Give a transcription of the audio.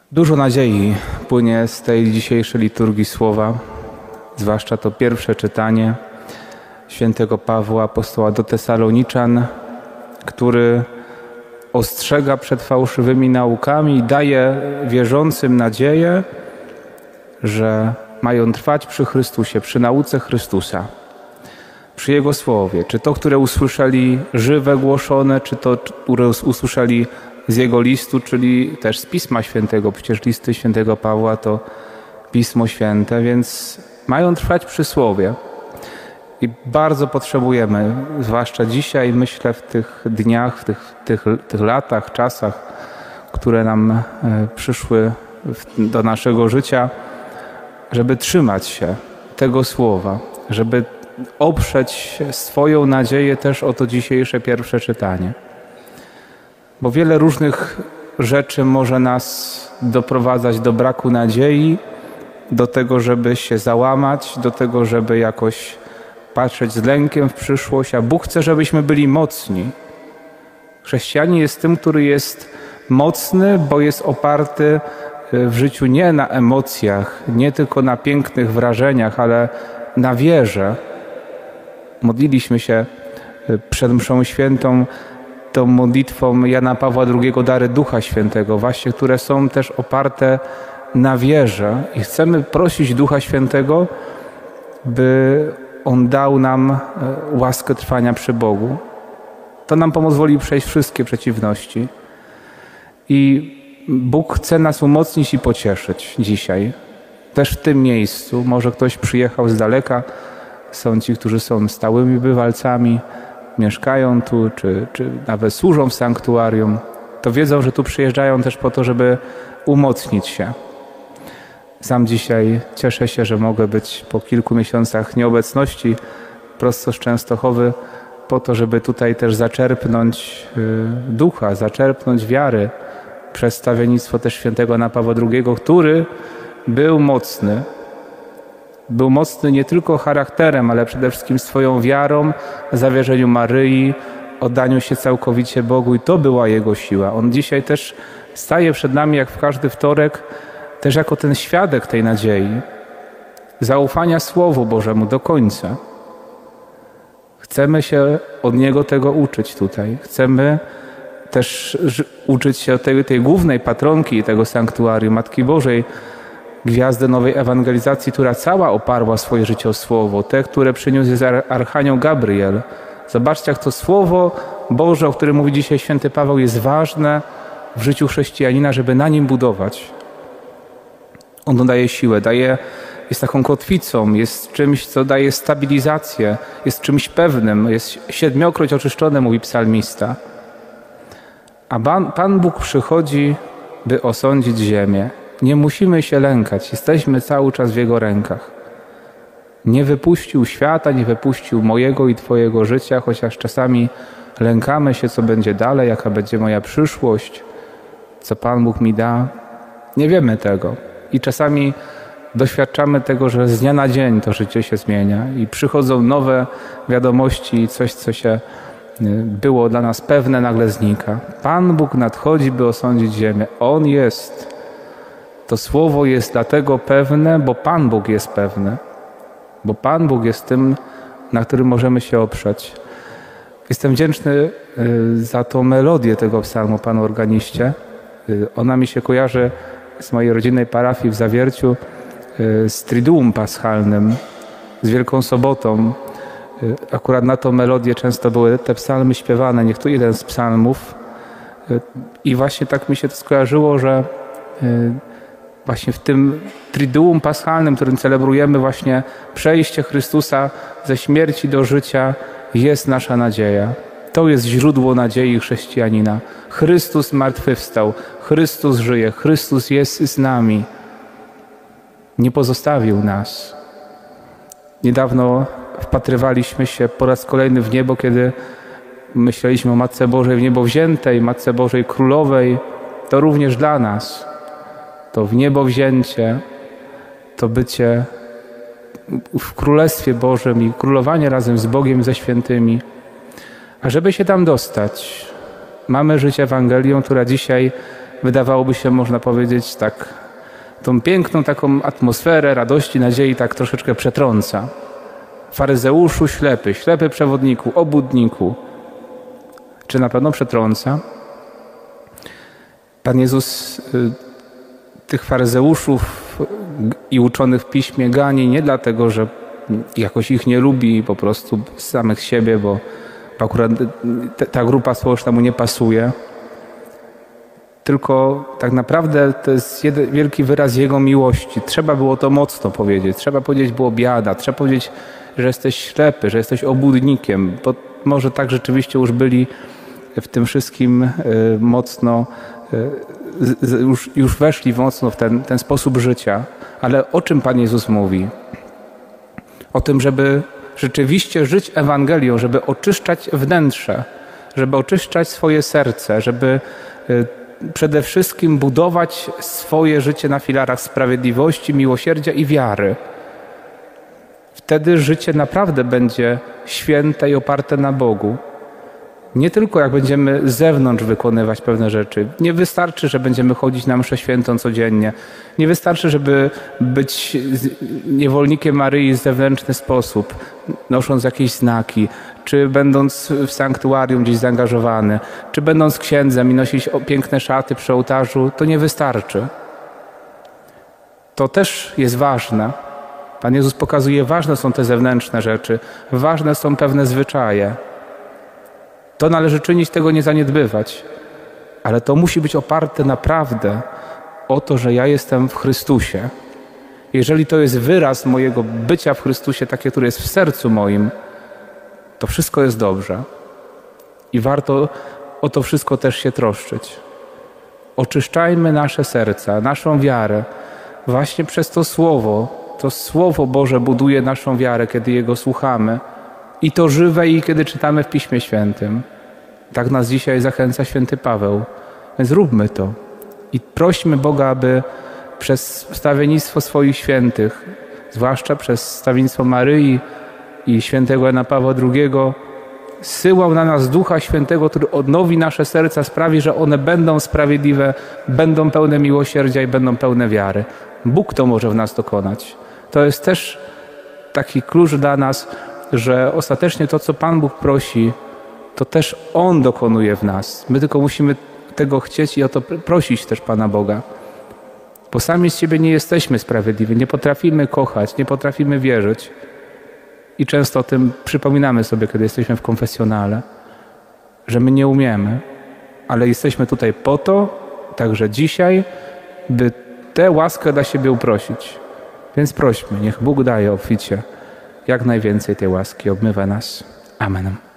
Dużo nadziei płynie z tej dzisiejszej liturgii słowa, zwłaszcza to pierwsze czytanie świętego Pawła, apostoła do Tesaloniczan, który ostrzega przed fałszywymi naukami i daje wierzącym nadzieję, że mają trwać przy Chrystusie, przy nauce Chrystusa, przy Jego Słowie. Czy to, które usłyszeli żywe, głoszone, czy to, które usłyszeli z Jego listu, czyli też z Pisma Świętego. Przecież listy świętego Pawła to Pismo Święte, więc mają trwać przy Słowie. I bardzo potrzebujemy, zwłaszcza dzisiaj, myślę, w tych dniach, w tych latach, czasach, które nam przyszły do naszego życia, żeby trzymać się tego Słowa, żeby oprzeć swoją nadzieję też o to dzisiejsze pierwsze czytanie. Bo wiele różnych rzeczy może nas doprowadzać do braku nadziei, do tego, żeby się załamać, do tego, żeby jakoś patrzeć z lękiem w przyszłość, a Bóg chce, żebyśmy byli mocni. Chrześcijanin jest tym, który jest mocny, bo jest oparty w życiu nie na emocjach, nie tylko na pięknych wrażeniach, ale na wierze. Modliliśmy się przed mszą świętą tą modlitwą Jana Pawła II, dary Ducha Świętego, właśnie, które są też oparte na wierze. I chcemy prosić Ducha Świętego, by On dał nam łaskę trwania przy Bogu. To nam pozwoli przejść wszystkie przeciwności. I Bóg chce nas umocnić i pocieszyć dzisiaj. Też w tym miejscu. Może ktoś przyjechał z daleka. Są ci, którzy są stałymi bywalcami, mieszkają tu, czy nawet służą w sanktuarium. To wiedzą, że tu przyjeżdżają też po to, żeby umocnić się. Sam dzisiaj cieszę się, że mogę być po kilku miesiącach nieobecności prosto z Częstochowy po to, żeby tutaj też zaczerpnąć ducha, zaczerpnąć wiary. Przedstawiennictwo też świętego Jana Pawła II, który był mocny. Był mocny nie tylko charakterem, ale przede wszystkim swoją wiarą, zawierzeniu Maryi, oddaniu się całkowicie Bogu i to była jego siła. On dzisiaj też staje przed nami, jak w każdy wtorek, też jako ten świadek tej nadziei, zaufania Słowu Bożemu do końca. Chcemy się od Niego tego uczyć tutaj. Chcemy też uczyć się od tej głównej patronki tego sanktuarium, Matki Bożej, gwiazdy nowej ewangelizacji, która cała oparła swoje życie o Słowo, te, które przyniósł jest Archanioł Gabriel. Zobaczcie, jak to Słowo Boże, o którym mówi dzisiaj święty Paweł, jest ważne w życiu chrześcijanina, żeby na nim budować. Ono daje siłę, jest taką kotwicą, jest czymś, co daje stabilizację, jest czymś pewnym, jest 7-krotnie oczyszczone, mówi psalmista. A Pan Bóg przychodzi, by osądzić ziemię. Nie musimy się lękać, jesteśmy cały czas w Jego rękach. Nie wypuścił świata, nie wypuścił mojego i Twojego życia, chociaż czasami lękamy się, co będzie dalej, jaka będzie moja przyszłość, co Pan Bóg mi da. Nie wiemy tego. I czasami doświadczamy tego, że z dnia na dzień to życie się zmienia i przychodzą nowe wiadomości i coś, co się było dla nas pewne, nagle znika. Pan Bóg nadchodzi, by osądzić ziemię. On jest. To Słowo jest dlatego pewne, bo Pan Bóg jest pewny. Bo Pan Bóg jest tym, na którym możemy się oprzeć. Jestem wdzięczny za tą melodię tego psalmu, Panu organiście. Ona mi się kojarzy z mojej rodzinnej parafii w Zawierciu z Triduum Paschalnym, z Wielką Sobotą. Akurat na tą melodię często były te psalmy śpiewane, niech tu jeden z psalmów. I właśnie tak mi się to skojarzyło, że właśnie w tym Triduum Paschalnym, którym celebrujemy właśnie przejście Chrystusa ze śmierci do życia, jest nasza nadzieja. To jest źródło nadziei chrześcijanina. Chrystus zmartwychwstał, Chrystus żyje, Chrystus jest z nami. Nie pozostawił nas. Niedawno wpatrywaliśmy się po raz kolejny w niebo, kiedy myśleliśmy o Matce Bożej w niebo wziętej, Matce Bożej Królowej. To również dla nas. To w niebo wzięcie, to bycie w Królestwie Bożym i królowanie razem z Bogiem, ze świętymi. A żeby się tam dostać, mamy żyć Ewangelią, która dzisiaj wydawałoby się, można powiedzieć, tak, tą piękną taką atmosferę radości, nadziei tak troszeczkę przetrąca. Faryzeuszu ślepy, ślepy przewodniku, obłudniku. Czy na pewno przetrąca? Pan Jezus tych faryzeuszów i uczonych w piśmie gani nie dlatego, że jakoś ich nie lubi po prostu z samych siebie, bo akurat ta grupa społeczna mu nie pasuje, tylko tak naprawdę to jest wielki wyraz Jego miłości. Trzeba było to mocno powiedzieć. Trzeba powiedzieć było biada. Trzeba powiedzieć, że jesteś ślepy, że jesteś obłudnikiem, bo może tak rzeczywiście już byli w tym wszystkim mocno, już weszli mocno w ten sposób życia. Ale o czym Pan Jezus mówi? O tym, żeby rzeczywiście żyć Ewangelią, żeby oczyszczać wnętrze, żeby oczyszczać swoje serce, żeby przede wszystkim budować swoje życie na filarach sprawiedliwości, miłosierdzia i wiary. Wtedy życie naprawdę będzie święte i oparte na Bogu. Nie tylko jak będziemy z zewnątrz wykonywać pewne rzeczy. Nie wystarczy, że będziemy chodzić na mszę świętą codziennie. Nie wystarczy, żeby być niewolnikiem Maryi w zewnętrzny sposób, nosząc jakieś znaki, czy będąc w sanktuarium gdzieś zaangażowany, czy będąc księdzem i nosić piękne szaty przy ołtarzu. To nie wystarczy. To też jest ważne. Pan Jezus pokazuje, ważne są te zewnętrzne rzeczy, ważne są pewne zwyczaje. To należy czynić, tego nie zaniedbywać. Ale to musi być oparte naprawdę o to, że ja jestem w Chrystusie. Jeżeli to jest wyraz mojego bycia w Chrystusie, takie, które jest w sercu moim, to wszystko jest dobrze. I warto o to wszystko też się troszczyć. Oczyszczajmy nasze serca, naszą wiarę właśnie przez to Słowo. To Słowo Boże buduje naszą wiarę, kiedy Jego słuchamy. I to żywe, i kiedy czytamy w Piśmie Świętym. Tak nas dzisiaj zachęca święty Paweł. Więc róbmy to. I prośmy Boga, aby przez wstawiennictwo swoich świętych, zwłaszcza przez wstawiennictwo Maryi i świętego Jana Pawła II, zsyłał na nas Ducha Świętego, który odnowi nasze serca, sprawi, że one będą sprawiedliwe, będą pełne miłosierdzia i będą pełne wiary. Bóg to może w nas dokonać. To jest też taki klucz dla nas, że ostatecznie to, co Pan Bóg prosi, to też On dokonuje w nas. My tylko musimy tego chcieć i o to prosić też Pana Boga. Bo sami z siebie nie jesteśmy sprawiedliwi, nie potrafimy kochać, nie potrafimy wierzyć. I często o tym przypominamy sobie, kiedy jesteśmy w konfesjonale, że my nie umiemy, ale jesteśmy tutaj po to, także dzisiaj, by tę łaskę dla siebie uprosić. Więc prośmy, niech Bóg daje obficie jak najwięcej tej łaski, obmywa nas. Amen.